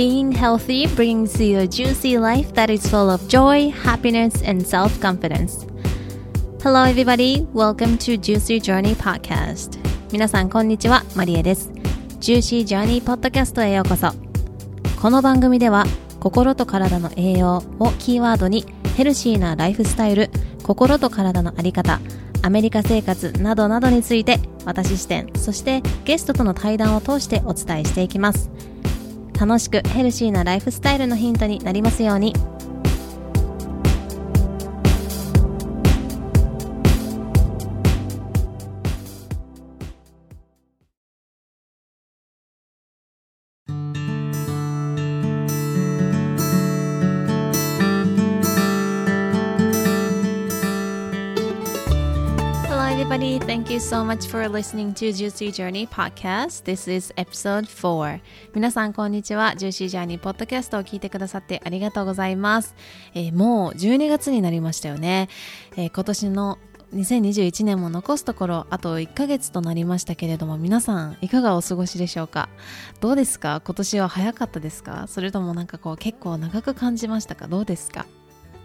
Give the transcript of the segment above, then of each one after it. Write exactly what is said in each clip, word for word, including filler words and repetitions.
Being healthy brings you a juicy life that is full of joy, happiness, and self-confidence. Hello everybody, welcome to Juicy Journey Podcast. 皆さんこんにちは、マリエです。Juicy Journey Podcast へようこそ。この番組では心と体の栄養をキーワードにヘルシーなライフスタイル、心と体のあり方、アメリカ生活などなどについて私視点、そしてゲストとの対談を通してお伝えしていきます。楽しくヘルシーなライフスタイルのヒントになりますように。Thank you so much for listening to Juicy Journey Podcast. This is episode four. 皆さんこんにちは。Juicy Journey Podcast を聞いてくださってありがとうございます。えー、もうじゅうにがつになりましたよね。えー、今年のにせんにじゅういちねんも残すところあといっかげつとなりましたけれども、皆さんいかがお過ごしでしょうか。どうですか？今年は早かったですか？それともなんかこう結構長く感じましたか？どうですか？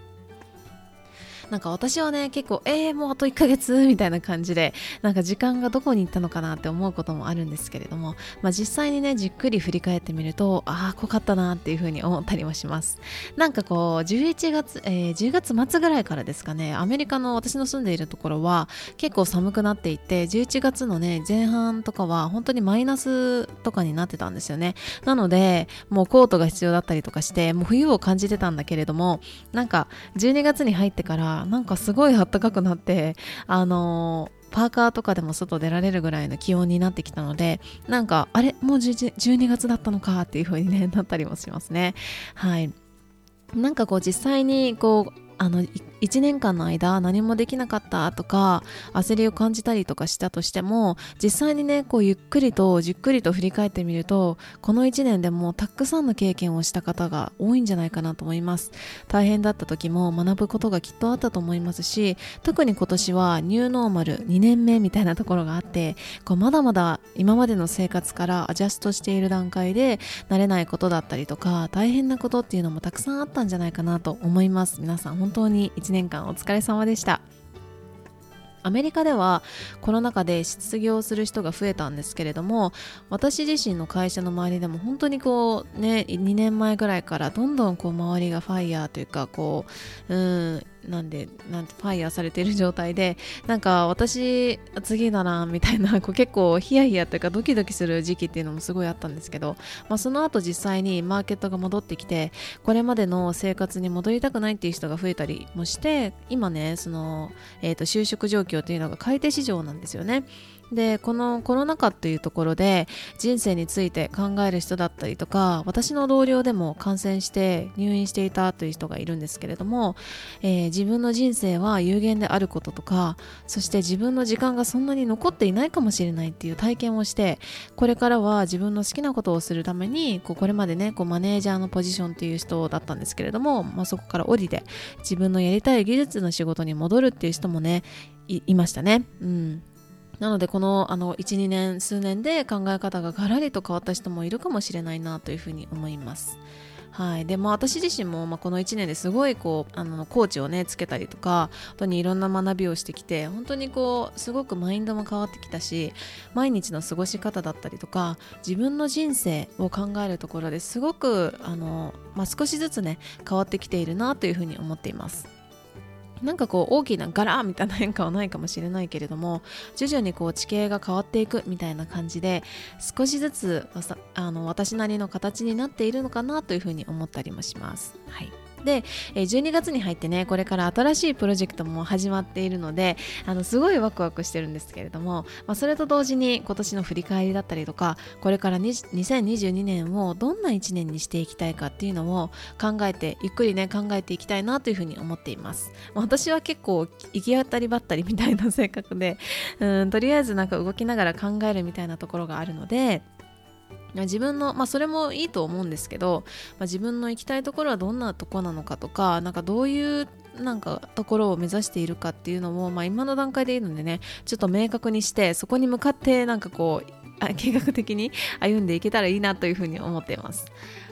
なんか私はね結構えーもうあといっかげつみたいな感じでなんか時間がどこに行ったのかなって思うこともあるんですけれども、まあ、実際にねじっくり振り返ってみるとああ濃かったなっていう風に思ったりもします。なんかこうじゅういちがつ、えー、じゅうがつ末ぐらいからですかね、アメリカの私の住んでいるところは結構寒くなっていて、じゅういちがつのね前半とかは本当にマイナスとかになってたんですよね。なのでもうコートが必要だったりとかしてもう冬を感じてたんだけれども、なんかじゅうにがつに入ってからなんかすごい暖かくなって、あのー、パーカーとかでも外出られるぐらいの気温になってきたので、なんかあれもうじゅうにがつだったのかっていう風に、ね、なったりもしますね。はい。なんかこう実際にこうあのいちねんかんの間何もできなかったとか焦りを感じたりとかしたとしても、実際にねこうゆっくりとじっくりと振り返ってみると、このいちねんでもたくさんの経験をした方が多いんじゃないかなと思います。大変だった時も学ぶことがきっとあったと思いますし、特に今年はニューノーマルにねんめみたいなところがあって、こうまだまだ今までの生活からアジャストしている段階で慣れないことだったりとか大変なことっていうのもたくさんあったんじゃないかなと思います。皆さん本当にいちねんかんお疲れ様でした。アメリカではコロナ禍で失業する人が増えたんですけれども、私自身の会社の周りでも本当にこうねにねんまえぐらいからどんどんこう周りがファイヤーというかこううんなんでなんてファイヤーされている状態で、なんか私次だなみたいなこう結構ヒヤヒヤというかドキドキする時期っていうのもすごいあったんですけど、まあ、その後実際にマーケットが戻ってきてこれまでの生活に戻りたくないっていう人が増えたりもして、今ねその、えーと、就職状況というのが買い手市場なんですよね。でこのコロナ禍っていうところで人生について考える人だったりとか、私の同僚でも感染して入院していたという人がいるんですけれども、えー、自分の人生は有限であることとか、そして自分の時間がそんなに残っていないかもしれないっていう体験をして、これからは自分の好きなことをするためにこうこれまでねこうマネージャーのポジションっていう人だったんですけれども、まあ、そこから降りて自分のやりたい技術の仕事に戻るっていう人もね い, いましたね。うんなのでこの、あのいち、にねん数年で考え方がガラリと変わった人もいるかもしれないなというふうに思います。はい、でも私自身も、まあ、このいちねんですごいこうあのコーチをねつけたりとか本当にいろんな学びをしてきて、本当にこうすごくマインドも変わってきたし、毎日の過ごし方だったりとか自分の人生を考えるところですごくあの、まあ、少しずつね変わってきているなというふうに思っています。なんかこう大きなガラーみたいな変化はないかもしれないけれども、徐々にこう地形が変わっていくみたいな感じで少しずつあの私なりの形になっているのかなというふうに思ったりもします。はい。でじゅうにがつに入ってねこれから新しいプロジェクトも始まっているので、あのすごいワクワクしてるんですけれども、まあ、それと同時に今年の振り返りだったりとか、これからにせんにじゅうにねんをどんないちねんにしていきたいかっていうのを考えてゆっくりね考えていきたいなというふうに思っています。私は結構行き当たりばったりみたいな性格で、うんとりあえずなんか動きながら考えるみたいなところがあるので、自分の、まあそれもいいと思うんですけど、まあ、自分の行きたいところはどんなところなのかとか、なんかどういうなんかところを目指しているかっていうのも、まあ、今の段階でいいのでねちょっと明確にして、そこに向かってなんかこう計画的に歩んでいけたらいいなというふうに思っています。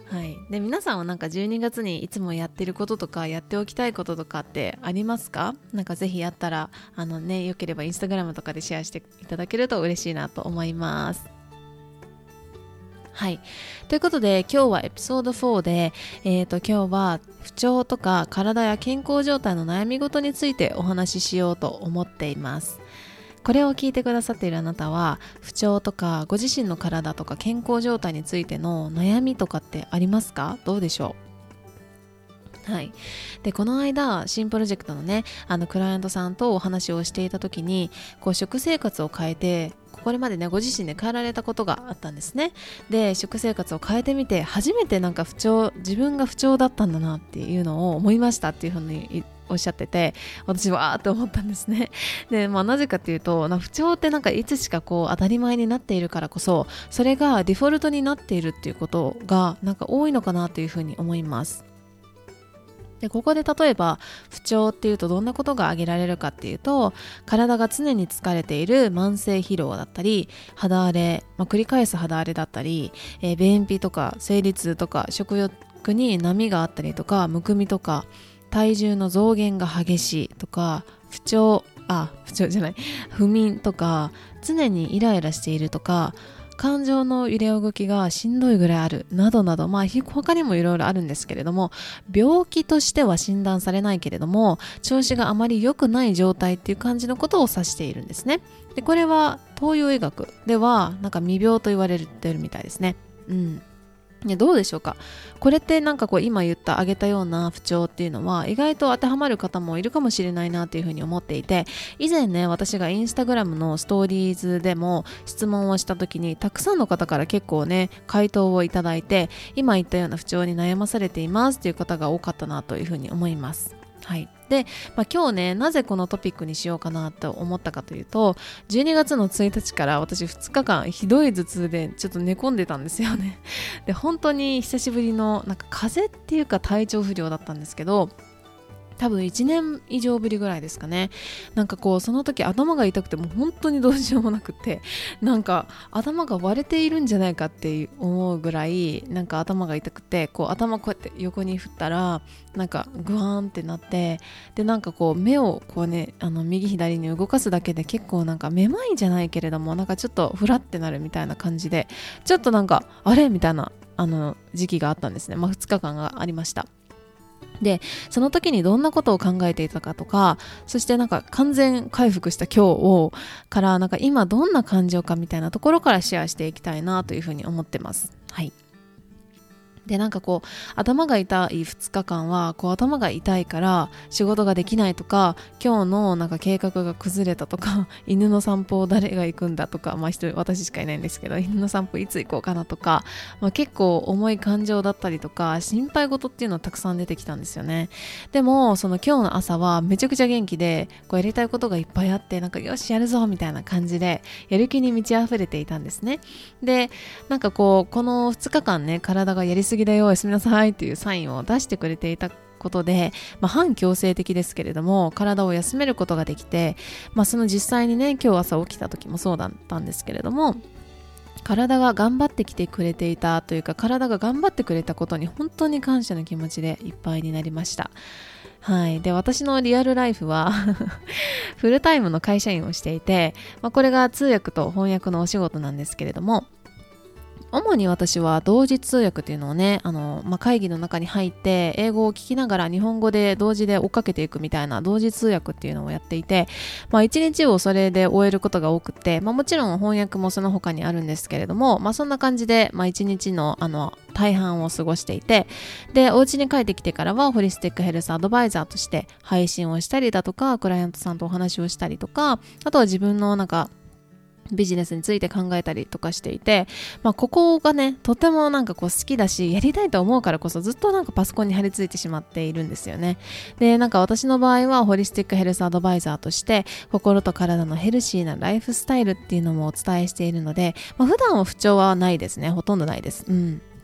はい、で皆さんはなんかじゅうにがつにいつもやってることとかやっておきたいこととかってありますか？なんかぜひやったらあのね、よければインスタグラムとかでシェアしていただけると嬉しいなと思います。はい。ということで、今日はエピソードフォーで、えーと、今日は不調とか体や健康状態の悩み事についてお話ししようと思っています。これを聞いてくださっているあなたは、不調とかご自身の体とか健康状態についての悩みとかってありますか？どうでしょう？はい。で、この間、新プロジェクトのね、あのクライアントさんとお話をしていた時に、こう食生活を変えて、これまでねご自身で変えられたことがあったんですね。で、食生活を変えてみて初めてなんか不調、自分が不調だったんだなっていうのを思いましたっていうふうにおっしゃってて、私はあーって思ったんですね。で、まあなぜかっていうと、不調ってなんかいつしかこう当たり前になっているからこそ、それがデフォルトになっているっていうことがなんか多いのかなというふうに思います。で、ここで例えば不調っていうとどんなことが挙げられるかっていうと、体が常に疲れている慢性疲労だったり、肌荒れ、まあ、繰り返す肌荒れだったり、えー、便秘とか生理痛とか食欲に波があったりとか、むくみとか体重の増減が激しいとか、不調あ不調じゃない不眠とか、常にイライラしているとか、感情の揺れ動きがしんどいぐらいあるなどなど、まあ他にもいろいろあるんですけれども、病気としては診断されないけれども調子があまり良くない状態っていう感じのことを指しているんですね。で、これは東洋医学ではなんか未病と言われてるみたいですね。うん。ね、どうでしょうか。これってなんかこう今言った挙げたような不調っていうのは意外と当てはまる方もいるかもしれないなっていうふうに思っていて、以前ね私がインスタグラムのストーリーズでも質問をした時にたくさんの方から結構ね回答をいただいて、今言ったような不調に悩まされていますっていう方が多かったなというふうに思います。はい。で、まあ、今日ねなぜこのトピックにしようかなと思ったかというと、じゅうにがつのついたちから私ふつかかんひどい頭痛でちょっと寝込んでたんですよね。で、本当に久しぶりのなんか風邪っていうか体調不良だったんですけど、多分いちねん以上ぶりぐらいですかね。なんかこうその時頭が痛くても本当にどうしようもなくて、なんか頭が割れているんじゃないかって思うぐらいなんか頭が痛くて、こう頭こうやって横に振ったらなんかグワーンってなって、でなんかこう目をこうねあの右左に動かすだけで結構なんかめまいじゃないけれどもなんかちょっとフラってなるみたいな感じで、ちょっとなんかあれみたいなあの時期があったんですね。まあふつかかんがありました。で、その時にどんなことを考えていたかとか、そしてなんか完全回復した今日をからなんか今どんな感情かみたいなところからシェアしていきたいなというふうに思ってます。はい。で、なんかこう頭が痛いふつかかんはこう頭が痛いから仕事ができないとか、今日のなんか計画が崩れたとか、犬の散歩を誰が行くんだとか、まあ一人私しかいないんですけど、犬の散歩いつ行こうかなとか、まあ、結構重い感情だったりとか心配事っていうのはたくさん出てきたんですよね。でもその今日の朝はめちゃくちゃ元気で、こうやりたいことがいっぱいあって、なんかよしやるぞみたいな感じでやる気に満ち溢れていたんですね。で、なんかこうこのふつかかんね体がやりすぎだよおやすみなさいっていうサインを出してくれていたことで、まあ、反強制的ですけれども体を休めることができて、まあ、その実際にね今日朝起きた時もそうだったんですけれども、体が頑張ってきてくれていたというか、体が頑張ってくれたことに本当に感謝の気持ちでいっぱいになりました。はい。で、私のリアルライフはフルタイムの会社員をしていて、まあ、これが通訳と翻訳のお仕事なんですけれども、主に私は同時通訳っていうのをね、あの、まあ、会議の中に入って英語を聞きながら日本語で同時で追っかけていくみたいな同時通訳っていうのをやっていて、まあ、一日をそれで終えることが多くて、まあ、もちろん翻訳もその他にあるんですけれども、まあ、そんな感じで、まあ、一日のあの大半を過ごしていて、で、お家に帰ってきてからはホリスティックヘルスアドバイザーとして配信をしたりだとか、クライアントさんとお話をしたりとか、あとは自分のなんかビジネスについて考えたりとかしていて、まあ、ここがねとてもなんかこう好きだしやりたいと思うからこそずっとなんかパソコンに張り付いてしまっているんですよね。で、なんか私の場合はホリスティックヘルスアドバイザーとして心と体のヘルシーなライフスタイルっていうのもお伝えしているので、まあ、普段は不調はないですね。ほとんどないです。うん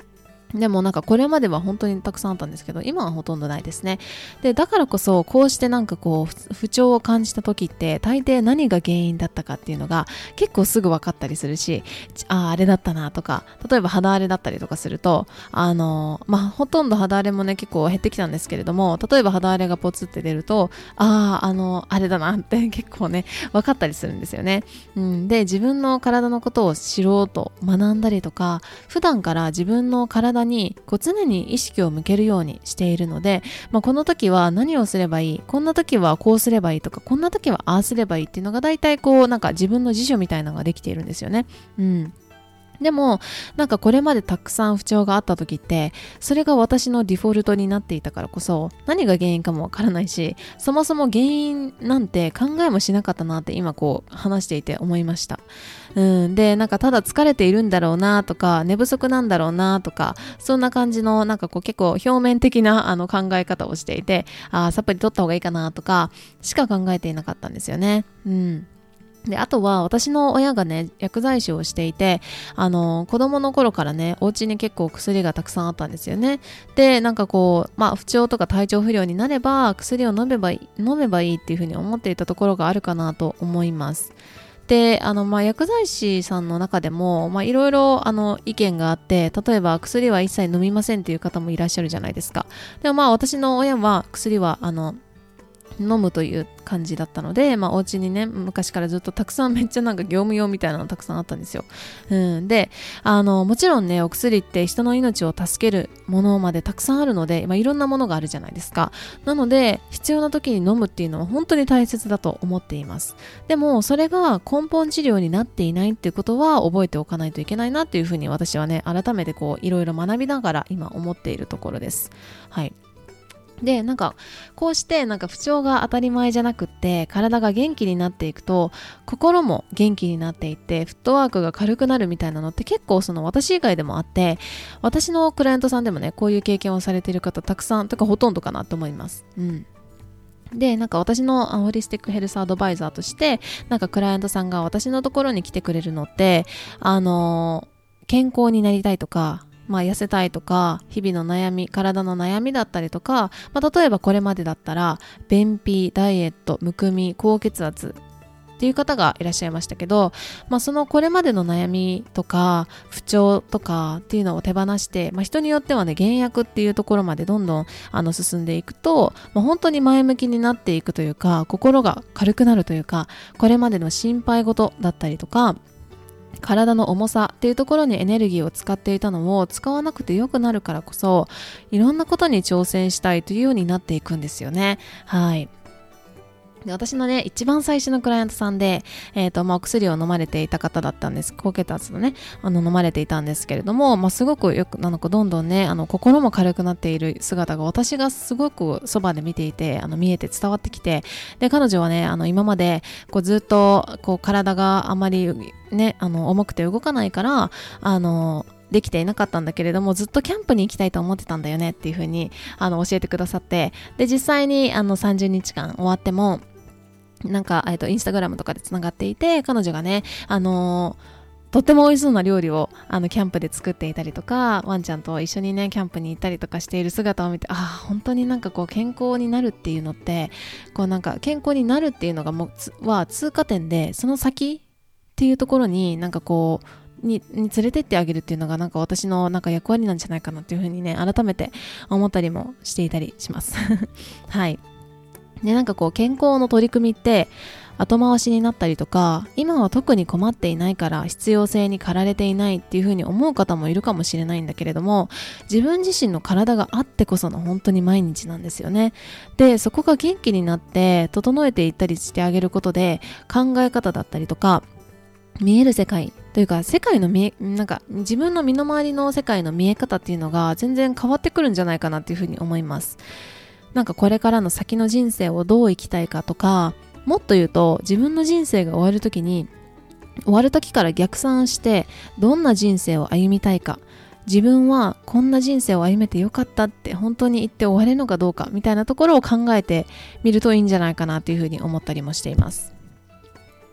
でもなんかこれまでは本当にたくさんあったんですけど、今はほとんどないですね。で、だからこそこうしてなんかこう不調を感じた時って大抵何が原因だったかっていうのが結構すぐ分かったりするし、ああ、あれだったなとか、例えば肌荒れだったりとかすると、あのまあほとんど肌荒れもね結構減ってきたんですけれども、例えば肌荒れがポツって出ると、ああ、あのあれだなって結構ね分かったりするんですよね。うん、で、自分の体のことを知ろうと学んだりとか、普段から自分の体にこう常に意識を向けるようにしているので、まあ、この時は何をすればいい、こんな時はこうすればいいとか、こんな時はああすればいいっていうのが大体こうなんか自分の辞書みたいなのができているんですよね。うん。でもなんかこれまでたくさん不調があった時って、それが私のデフォルトになっていたからこそ何が原因かもわからないし、そもそも原因なんて考えもしなかったなって今こう話していて思いました。うん、でなんかただ疲れているんだろうなとか、寝不足なんだろうなとか、そんな感じのなんかこう結構表面的なあの考え方をしていて、あ、サプリ取った方がいいかなとかしか考えていなかったんですよね。うん。で、あとは私の親がね薬剤師をしていて、あの子供の頃からねお家に結構薬がたくさんあったんですよね。で、なんかこうまあ不調とか体調不良になれば薬を飲めばいい飲めばいいっていう風に思っていたところがあるかなと思います。で、あのまあ薬剤師さんの中でもまあいろいろあの意見があって、例えば薬は一切飲みませんっていう方もいらっしゃるじゃないですか。でもまあ私の親は薬はあの飲むという感じだったので、まあお家にね昔からずっとたくさんめっちゃなんか業務用みたいなのたくさんあったんですよ。うん、で、あのもちろんねお薬って人の命を助けるものまでたくさんあるので、まあ、いろんなものがあるじゃないですか。なので必要な時に飲むっていうのは本当に大切だと思っています。でもそれが根本治療になっていないっていうことは覚えておかないといけないなっていうふうに私はね改めてこういろいろ学びながら今思っているところです。はい。で、なんかこうしてなんか不調が当たり前じゃなくって体が元気になっていくと心も元気になっていって、フットワークが軽くなるみたいなのって結構その私以外でもあって、私のクライアントさんでもねこういう経験をされている方たくさんとかほとんどかなと思います。うん。で、なんか私のホリスティックヘルスアドバイザーとしてなんかクライアントさんが私のところに来てくれるのって、あのー、健康になりたいとか、まあ、痩せたいとか日々の悩み、体の悩みだったりとか、まあ、例えばこれまでだったら便秘、ダイエット、むくみ、高血圧っていう方がいらっしゃいましたけど、まあ、そのこれまでの悩みとか不調とかっていうのを手放して、まあ、人によってはね減薬っていうところまでどんどんあの進んでいくと、まあ、本当に前向きになっていくというか、心が軽くなるというか、これまでの心配事だったりとか体の重さっていうところにエネルギーを使っていたのを使わなくてよくなるからこそ、いろんなことに挑戦したいというようになっていくんですよね。はい。で、私のね一番最初のクライアントさんで、えーとまあ、お薬を飲まれていた方だったんです。高血圧のねあの飲まれていたんですけれども、まあ、すごくよくなんかどんどんねあの心も軽くなっている姿が私がすごくそばで見ていて、あの見えて伝わってきて、で彼女はねあの今までこうずっとこう体があまりねあの重くて動かないからあのできていなかったんだけれども、ずっとキャンプに行きたいと思ってたんだよねっていう風にあの教えてくださって、で実際にあのさんじゅうにちかん終わってもなんか、えっと、インスタグラムとかでつながっていて、彼女がね、あのー、とっても美味しそうな料理をあのキャンプで作っていたりとか、ワンちゃんと一緒にねキャンプに行ったりとかしている姿を見て、ああ本当になんかこう健康になるっていうのって、こうなんか健康になるっていうのがもうは通過点で、その先っていうところになんかこうに, に連れてってあげるっていうのがなんか私のなんか役割なんじゃないかなっていうふうにね改めて思ったりもしていたりしますはい。で、なんかこう健康の取り組みって後回しになったりとか、今は特に困っていないから必要性に駆られていないっていう風に思う方もいるかもしれないんだけれども、自分自身の体があってこその本当に毎日なんですよね。で、そこが元気になって整えていったりしてあげることで、考え方だったりとか見える世界というか、世界の見えなんか自分の身の回りの世界の見え方っていうのが全然変わってくるんじゃないかなっていう風に思います。なんかこれからの先の人生をどう生きたいかとか、もっと言うと自分の人生が終わるときに終わる時から逆算してどんな人生を歩みたいか、自分はこんな人生を歩めてよかったって本当に言って終われるのかどうかみたいなところを考えてみるといいんじゃないかなというふうに思ったりもしています。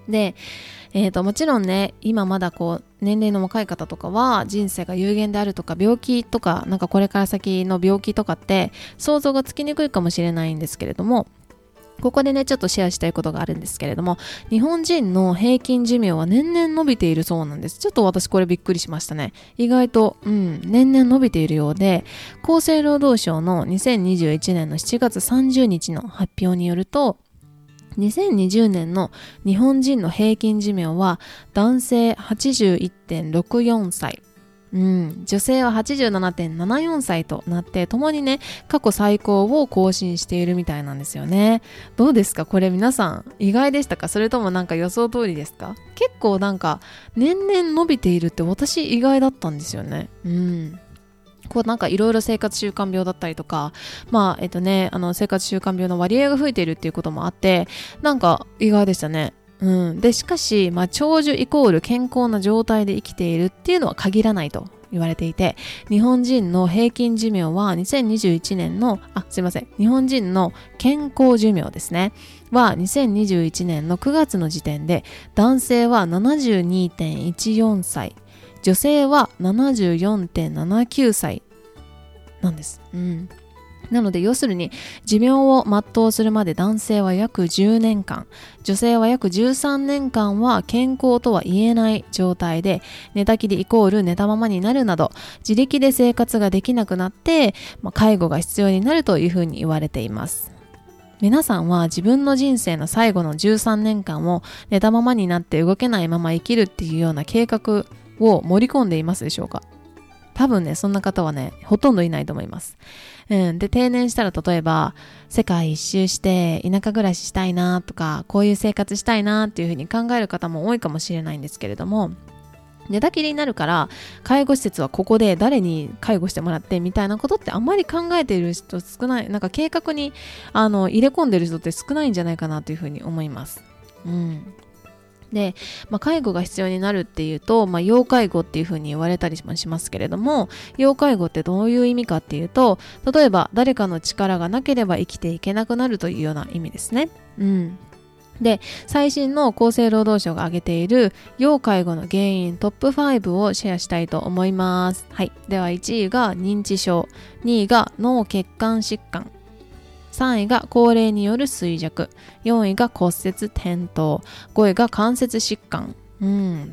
で、えーと、もちろんね、今まだこう年齢の若い方とかは人生が有限であるとか病気とかなんかこれから先の病気とかって想像がつきにくいかもしれないんですけれども、ここでねちょっとシェアしたいことがあるんですけれども、日本人の平均寿命は年々伸びているそうなんです。ちょっと私これびっくりしましたね。意外と、うん、年々伸びているようで、厚生労働省のにせんにじゅういちねんのしちがつさんじゅうにちの発表によると、にせんにじゅうねんの日本人の平均寿命は男性 はちじゅういってんろくよん 歳、うん、女性は はちじゅうななてんななよん 歳となって、ともにね過去最高を更新しているみたいなんですよね。どうですかこれ、皆さん意外でしたか？それともなんか予想通りですか？結構なんか年々伸びているって私意外だったんですよね。うんこうなんかいろいろ生活習慣病だったりとか、まあえっとねあの生活習慣病の割合が増えているっていうこともあって、なんか意外でしたね。うん、でしかし、まあ、長寿イコール健康な状態で生きているっていうのは限らないと言われていて、日本人の平均寿命はにせんにじゅういちねんのあすいません日本人の健康寿命ですねはにせんにじゅういちねんのくがつの時点で男性は ななじゅうにてんいちよん 歳、女性は ななじゅうよんてんななきゅう 歳なんです。うん。なので要するに寿命を全うするまで男性は約じゅうねんかん、女性は約じゅうさんねんかんは健康とは言えない状態で、寝たきりイコール寝たままになるなど自力で生活ができなくなって、まあ、介護が必要になるというふうに言われています。皆さんは自分の人生の最後のじゅうさんねんかんを寝たままになって動けないまま生きるっていうような計画を盛り込んでいますでしょうか？多分ねそんな方はねほとんどいないと思います。うん、で定年したら例えば世界一周して田舎暮らししたいなとか、こういう生活したいなっていうふうに考える方も多いかもしれないんですけれども、寝たきりになるから介護施設はここで誰に介護してもらってみたいなことってあんまり考えている人少ない、なんか計画にあの入れ込んでる人って少ないんじゃないかなというふうに思います。うんで、まあ、介護が必要になるっていうと、まあ、要介護っていうふうに言われたりもしますけれども、要介護ってどういう意味かっていうと、例えば誰かの力がなければ生きていけなくなるというような意味ですね。うんで、最新の厚生労働省が挙げている要介護の原因トップごをシェアしたいと思います。はい。では、いちいが認知症、にいが脳血管疾患、さんいが高齢による衰弱、よんいが骨折転倒、ごいが関節疾患、うん、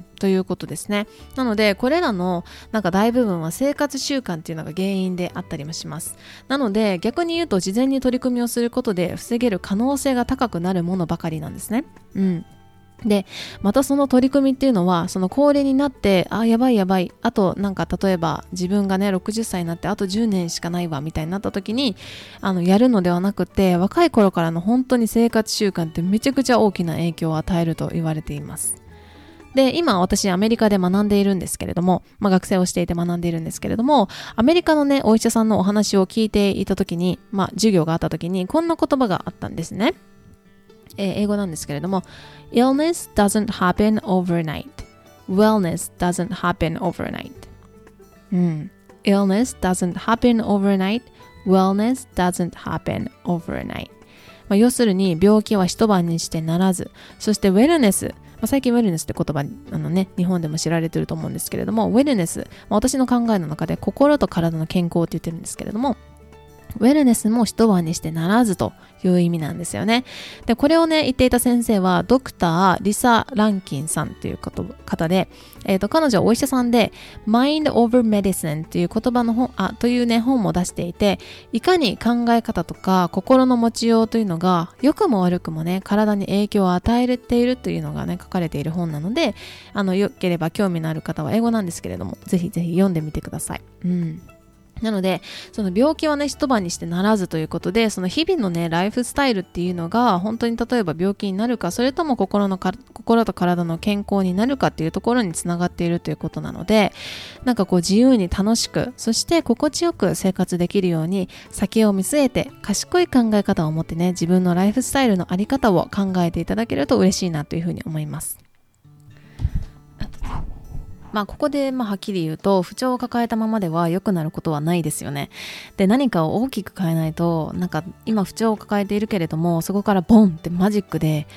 ということですね。なのでこれらのなんか大部分は生活習慣っていうのが原因であったりもします。なので逆に言うと事前に取り組みをすることで防げる可能性が高くなるものばかりなんですね。うんで、またその取り組みっていうのは、その高齢になって、あ、やばいやばい、あとなんか例えば自分がね、ろくじゅっさいになってあとじゅうねんしかないわ、みたいになった時に、あの、やるのではなくて、若い頃からの本当に生活習慣ってめちゃくちゃ大きな影響を与えると言われています。で、今私アメリカで学んでいるんですけれども、まあ学生をしていて学んでいるんですけれども、アメリカのね、お医者さんのお話を聞いていた時に、まあ授業があった時に、こんな言葉があったんですね。えー、英語なんですけれども、Illness doesn't happen overnight. Wellness doesn't happen overnight. うん。Illness doesn't happen overnight. Wellness doesn't happen overnight. まあ、要するに病気は一晩にしてならず、そしてウェルネス、まあ、最近ウェルネスって言葉あのね日本でも知られてると思うんですけれども、ウェルネス、まあ、私の考えの中で心と体の健康って言ってるんですけれども、ウェルネスも一晩にしてならずという意味なんですよね。で、これをね、言っていた先生は、ドクター・リサ・ランキンさんという方で、えっと、彼女はお医者さんで、Mind Over Medicine という言葉の本、あ、というね、本も出していて、いかに考え方とか心の持ちようというのが、良くも悪くもね、体に影響を与えているというのがね、書かれている本なので、あの、よければ興味のある方は英語なんですけれども、ぜひぜひ読んでみてください。うん。なので、その病気はね、一晩にしてならずということで、その日々のね、ライフスタイルっていうのが、本当に例えば病気になるか、それとも心のか、心と体の健康になるかっていうところにつながっているということなので、なんかこう自由に楽しく、そして心地よく生活できるように、先を見据えて、賢い考え方を持ってね、自分のライフスタイルのあり方を考えていただけると嬉しいなというふうに思います。まあここでまあはっきり言うと、不調を抱えたままでは良くなることはないですよね。で、何かを大きく変えないと、なんか今不調を抱えているけれども、そこからボンってマジックで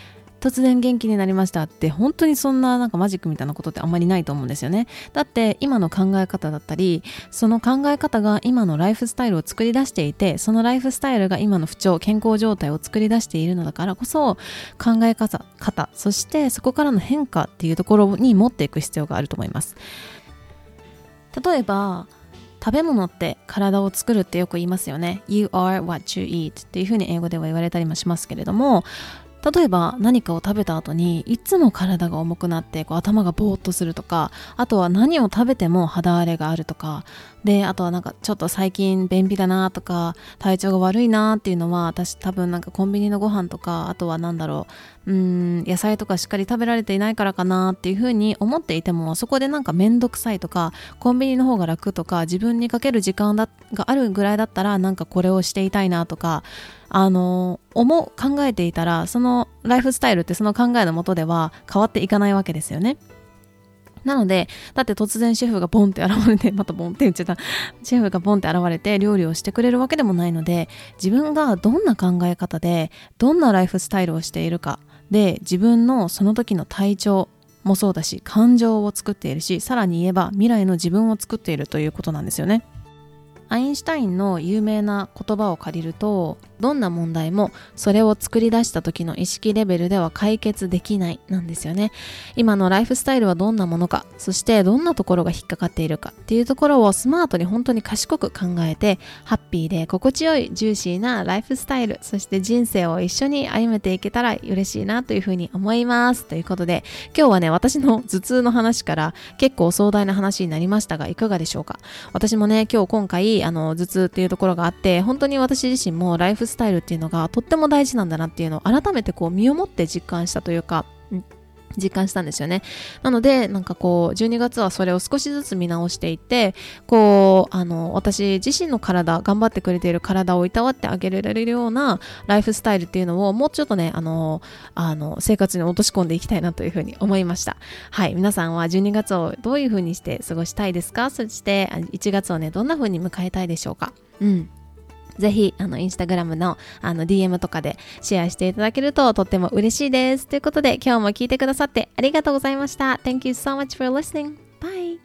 突然元気になりましたって本当にそんななんかマジックみたいなことってあんまりないと思うんですよね。だって今の考え方だったり、その考え方が今のライフスタイルを作り出していて、そのライフスタイルが今の不調、健康状態を作り出しているのだからこそ、考え方、方、そしてそこからの変化っていうところに持っていく必要があると思います。例えば食べ物って体を作るってよく言いますよね。 You are what you eat っていうふうに英語では言われたりもしますけれども、例えば何かを食べた後にいつも体が重くなってこう頭がボーっとするとか、あとは何を食べても肌荒れがあるとかで、あとはなんかちょっと最近便秘だなとか体調が悪いなっていうのは、私多分なんかコンビニのご飯とか、あとはなんだろう、うーん野菜とかしっかり食べられていないからかなっていうふうに思っていても、そこでなんかめんどくさいとか、コンビニの方が楽とか、自分にかける時間だがあるぐらいだったらなんかこれをしていたいなとか、あの思う考えていたら、そのライフスタイルってその考えのもとでは変わっていかないわけですよね。なので、だって突然シェフがボンって現れて、またボンって言っちゃった、シェフがボンって現れて料理をしてくれるわけでもないので、自分がどんな考え方でどんなライフスタイルをしているかで、自分のその時の体調もそうだし、感情を作っているし、さらに言えば未来の自分を作っているということなんですよね。アインシュタインの有名な言葉を借りると、どんな問題もそれを作り出した時の意識レベルでは解決できないなんですよね。今のライフスタイルはどんなものか、そしてどんなところが引っかかっているかっていうところをスマートに本当に賢く考えて、ハッピーで心地よいジューシーなライフスタイル、そして人生を一緒に歩めていけたら嬉しいなというふうに思います。ということで、今日はね、私の頭痛の話から結構壮大な話になりましたが、いかがでしょうか。私もね、今日今回あの頭痛っていうところがあって、本当に私自身もライフスタイルっていうのがとっても大事なんだなっていうのを改めてこう身をもって実感したというか、実感したんですよね。なのでなんかこうじゅうにがつはそれを少しずつ見直していって、こうあの私自身の体、頑張ってくれている体をいたわってあげられるようなライフスタイルっていうのをもうちょっとね、あのあの生活に落とし込んでいきたいなというふうに思いました。はい、皆さんはじゅうにがつをどういうふうにして過ごしたいですか？そしていちがつをね、どんなふうに迎えたいでしょうか？うんぜひあのインスタグラムのあの ディーエム とかでシェアしていただけるととっても嬉しいです。ということで、今日も聞いてくださってありがとうございました。Thank you so much for listening. Bye.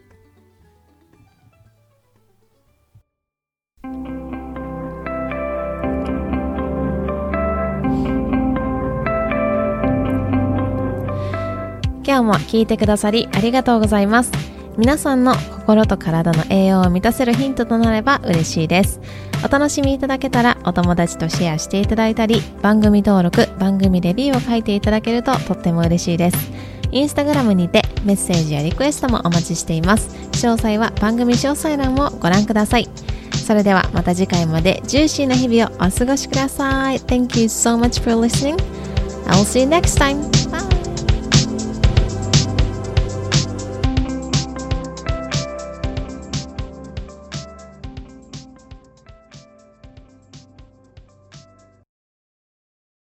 今日も聞いてくださりありがとうございます。皆さんの心と体の栄養を満たせるヒントとなれば嬉しいです。お楽しみいただけたらお友達とシェアしていただいたり、番組登録、番組レビューを書いていただけるととっても嬉しいです。インスタグラムにてメッセージやリクエストもお待ちしています。詳細は番組詳細欄をご覧ください。それではまた次回までジューシーな日々をお過ごしください。Thank you so much for listening. I will see you next time.